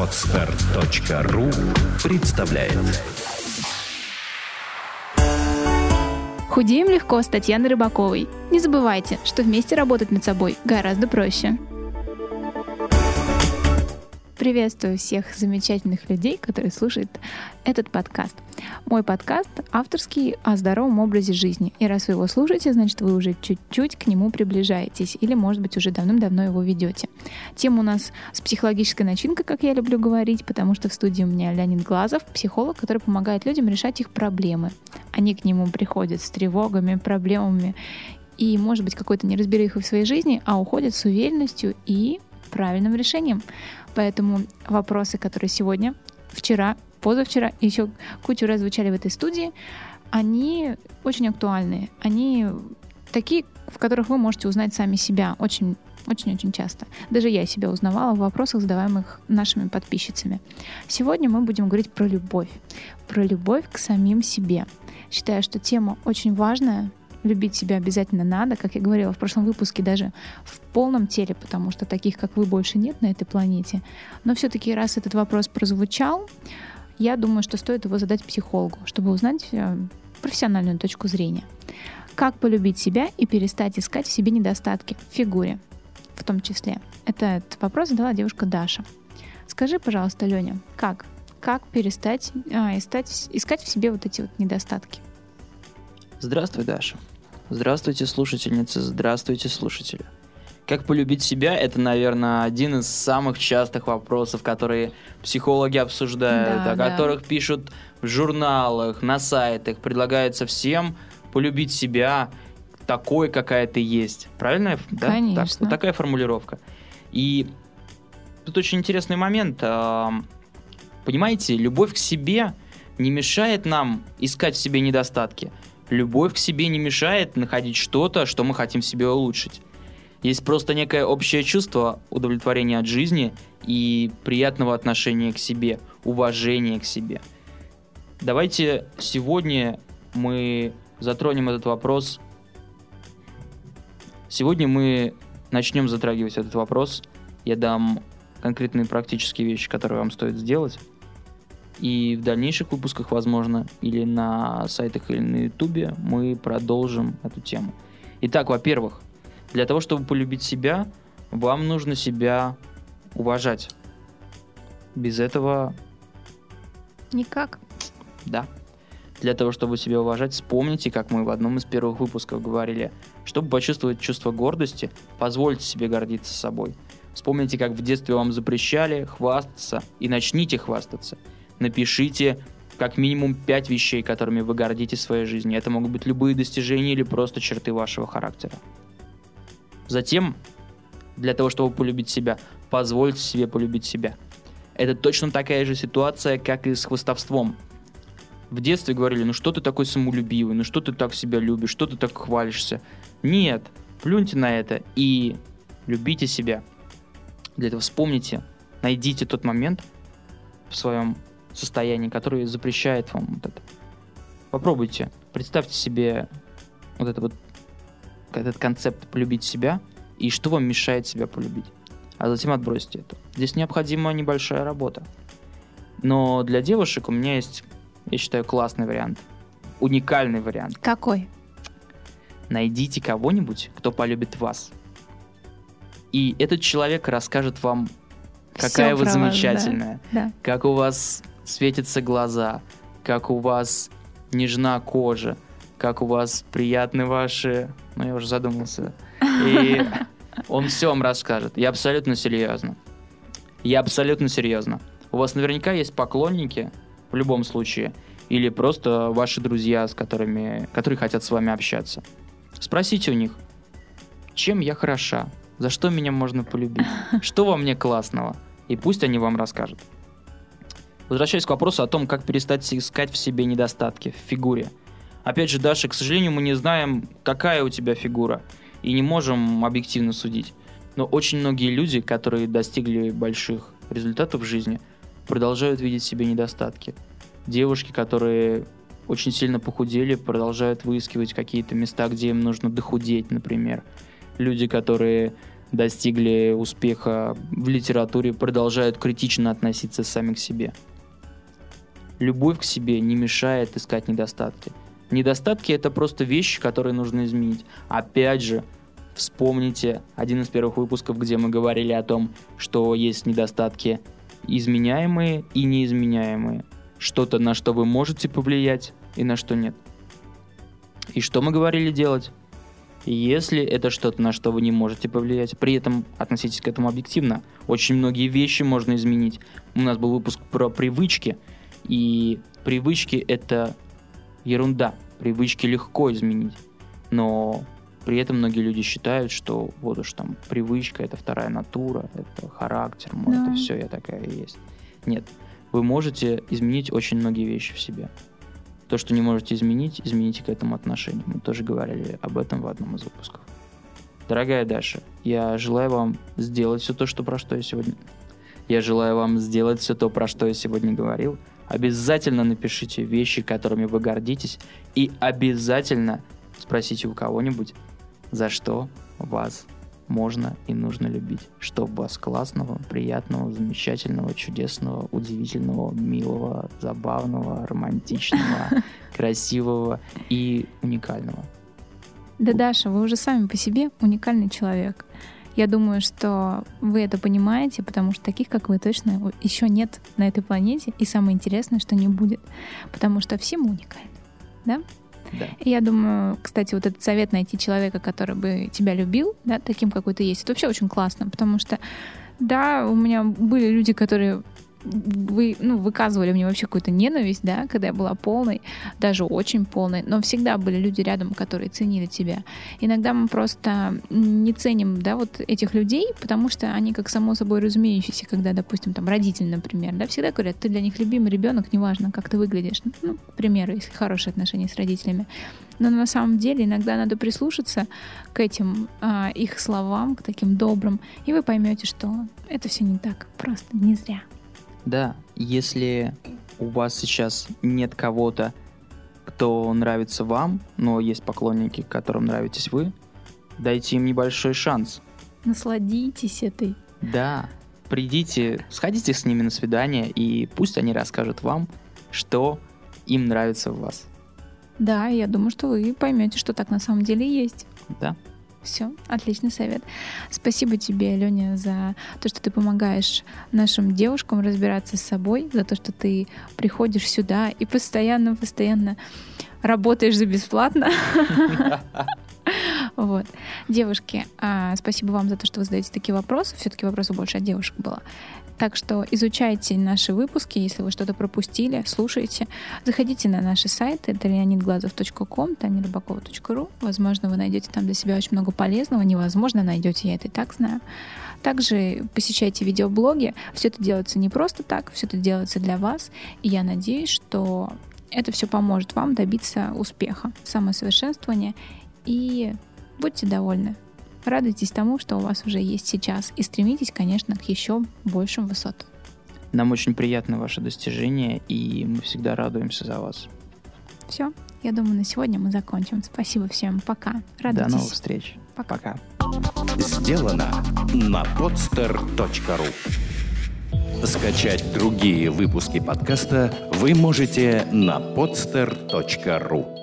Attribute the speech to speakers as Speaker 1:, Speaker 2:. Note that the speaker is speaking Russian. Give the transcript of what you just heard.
Speaker 1: Podster.ru представляет.
Speaker 2: Худеем легко с Татьяной Рыбаковой. Не забывайте, что вместе работать над собой гораздо проще. Приветствую всех замечательных людей, которые слушают этот подкаст. Мой подкаст авторский о здоровом образе жизни. И раз вы его слушаете, значит, вы уже чуть-чуть к нему приближаетесь. Или, может быть, уже давным-давно его ведете. Тема у нас с психологической начинкой, как я люблю говорить, потому что в студии у меня Леонид Глазов, психолог, который помогает людям решать их проблемы. Они к нему приходят с тревогами, проблемами и, может быть, какой-то неразберихой в своей жизни, а уходят с уверенностью и правильным решением. Поэтому вопросы, которые сегодня, вчера, позавчера и еще кучу раз звучали в этой студии, они очень актуальны. Они такие, в которых вы можете узнать сами себя очень-очень часто. Даже я себя узнавала в вопросах, задаваемых нашими подписчицами. Сегодня мы будем говорить про любовь. Про любовь к самим себе. Считаю, что тема очень важная. Любить себя обязательно надо, как я говорила в прошлом выпуске, даже в полном теле, потому что таких, как вы, больше нет на этой планете. Но все-таки, раз этот вопрос прозвучал, я думаю, что стоит его задать психологу, чтобы узнать профессиональную точку зрения. Как полюбить себя и перестать искать в себе недостатки в фигуре, в том числе. Этот вопрос задала девушка Даша. Скажи, пожалуйста, Леня, как перестать искать в себе вот эти вот недостатки?
Speaker 3: Здравствуй, Даша. Здравствуйте, слушательницы. Здравствуйте, слушатели. Как полюбить себя — это, наверное, один из самых частых вопросов, которые психологи обсуждают, о которых пишут в журналах, на сайтах. Предлагается всем полюбить себя такой, какая ты есть. Правильно?
Speaker 2: Конечно.
Speaker 3: Вот такая формулировка. И тут очень интересный момент. Понимаете, любовь к себе не мешает нам искать в себе недостатки. Любовь к себе не мешает находить что-то, что мы хотим в себе улучшить. Есть просто некое общее чувство удовлетворения от жизни и приятного отношения к себе, уважения к себе. Давайте сегодня мы затронем этот вопрос. Сегодня мы начнем затрагивать этот вопрос. Я дам конкретные практические вещи, которые вам стоит сделать. И в дальнейших выпусках, возможно, или на сайтах, или на Ютубе мы продолжим эту тему. Итак, во-первых, для того, чтобы полюбить себя, вам нужно себя уважать. Без этого...
Speaker 2: Никак.
Speaker 3: Да. Для того, чтобы себя уважать, вспомните, как мы в одном из первых выпусков говорили, чтобы почувствовать чувство гордости, позвольте себе гордиться собой. Вспомните, как в детстве вам запрещали хвастаться, и начните хвастаться. Напишите как минимум 5 вещей, которыми вы гордитесь в своей жизни. Это могут быть любые достижения или просто черты вашего характера. Затем, для того, чтобы полюбить себя, позвольте себе полюбить себя. Это точно такая же ситуация, как и с хвастовством. В детстве говорили, ну что ты такой самолюбивый, ну что ты так себя любишь, что ты так хвалишься. Нет, плюньте на это и любите себя. Для этого вспомните, найдите тот момент в своем состояние, которое запрещает вам вот это. Попробуйте, представьте себе вот этот концепт полюбить себя и что вам мешает себя полюбить. А затем отбросьте это. Здесь необходима небольшая работа. Но для девушек у меня есть, я считаю, классный вариант. Уникальный вариант.
Speaker 2: Какой?
Speaker 3: Найдите кого-нибудь, кто полюбит вас. И этот человек расскажет вам, какая вы замечательная,
Speaker 2: да.
Speaker 3: Как у вас светятся глаза, как у вас нежна кожа, как у вас приятны ваши... Ну, я уже задумался. И он все вам расскажет. Я абсолютно серьезно. У вас наверняка есть поклонники, в любом случае, или просто ваши друзья, которые хотят с вами общаться. Спросите у них, чем я хороша, за что меня можно полюбить, что во мне классного, и пусть они вам расскажут. Возвращаясь к вопросу о том, как перестать искать в себе недостатки в фигуре. Опять же, Даша, к сожалению, мы не знаем, какая у тебя фигура, и не можем объективно судить. Но очень многие люди, которые достигли больших результатов в жизни, продолжают видеть в себе недостатки. Девушки, которые очень сильно похудели, продолжают выискивать какие-то места, где им нужно дохудеть, например. Люди, которые достигли успеха в литературе, продолжают критично относиться сами к себе. Любовь к себе не мешает искать недостатки. Недостатки — это просто вещи, которые нужно изменить. Опять же, вспомните один из первых выпусков, где мы говорили о том, что есть недостатки изменяемые и неизменяемые. Что-то, на что вы можете повлиять, и на что нет. И что мы говорили делать? Если это что-то, на что вы не можете повлиять, при этом относитесь к этому объективно. Очень многие вещи можно изменить. У нас был выпуск про привычки, и привычки — это ерунда. Привычки легко изменить. Но при этом многие люди считают, что вот уж там привычка — это вторая натура, это характер мой, это все, я такая и есть. Нет. Вы можете изменить очень многие вещи в себе. То, что не можете изменить, измените к этому отношение. Мы тоже говорили об этом в одном из выпусков. Дорогая Даша, я желаю вам сделать все то, про что я сегодня... Я желаю вам сделать все то, про что я сегодня говорил. Обязательно напишите вещи, которыми вы гордитесь, и обязательно спросите у кого-нибудь, за что вас можно и нужно любить. Что в вас классного, приятного, замечательного, чудесного, удивительного, милого, забавного, романтичного, красивого и уникального.
Speaker 2: Да, Даша, вы уже сами по себе уникальный человек. Я думаю, что вы это понимаете, потому что таких, как вы, точно еще нет на этой планете. И самое интересное, что не будет. Потому что все мы уникальны. Да?
Speaker 3: Да.
Speaker 2: И я думаю, кстати, вот этот совет найти человека, который бы тебя любил, да, таким, какой ты есть, это вообще очень классно, потому что, да, у меня были люди, которые выказывали мне вообще какую-то ненависть, да, когда я была полной, даже очень полной, но всегда были люди рядом, которые ценили тебя. Иногда мы просто не ценим, да, вот этих людей, потому что они как само собой разумеющиеся, когда, допустим, там родители, например, да, всегда говорят, ты для них любимый ребенок, неважно, как ты выглядишь, ну, к примеру, если хорошие отношения с родителями. Но на самом деле иногда надо прислушаться к этим их словам, к таким добрым, и вы поймете, что это все не так, просто не зря.
Speaker 3: Да, если у вас сейчас нет кого-то, кто нравится вам, но есть поклонники, которым нравитесь вы, дайте им небольшой шанс.
Speaker 2: Насладитесь этой.
Speaker 3: Да, придите, сходите с ними на свидание, и пусть они расскажут вам, что им нравится в вас.
Speaker 2: Да, я думаю, что вы поймете, что так на самом деле и есть.
Speaker 3: Да.
Speaker 2: Все, отличный совет. Спасибо тебе, Леня, за то, что ты помогаешь нашим девушкам разбираться с собой, за то, что ты приходишь сюда и постоянно работаешь за бесплатно. Вот. Девушки, спасибо вам за то, что вы задаете такие вопросы. Все-таки вопросов больше от девушек было. Так что изучайте наши выпуски, если вы что-то пропустили, слушайте. Заходите на наши сайты, это leonidglazov.com, tanirybakova.ru. Возможно, вы найдете там для себя очень много полезного. Невозможно, найдете, я это и так знаю. Также посещайте видеоблоги. Все это делается не просто так, все это делается для вас. И я надеюсь, что это все поможет вам добиться успеха, самосовершенствования. И будьте довольны. Радуйтесь тому, что у вас уже есть сейчас, и стремитесь, конечно, к еще большим высотам.
Speaker 3: Нам очень приятны ваши достижения, и мы всегда радуемся за вас.
Speaker 2: Все, я думаю, на сегодня мы закончим. Спасибо всем, пока. Радуйтесь.
Speaker 3: До новых встреч.
Speaker 2: Пока.
Speaker 1: Сделано на podster.ru. Скачать другие выпуски подкаста вы можете на podster.ru.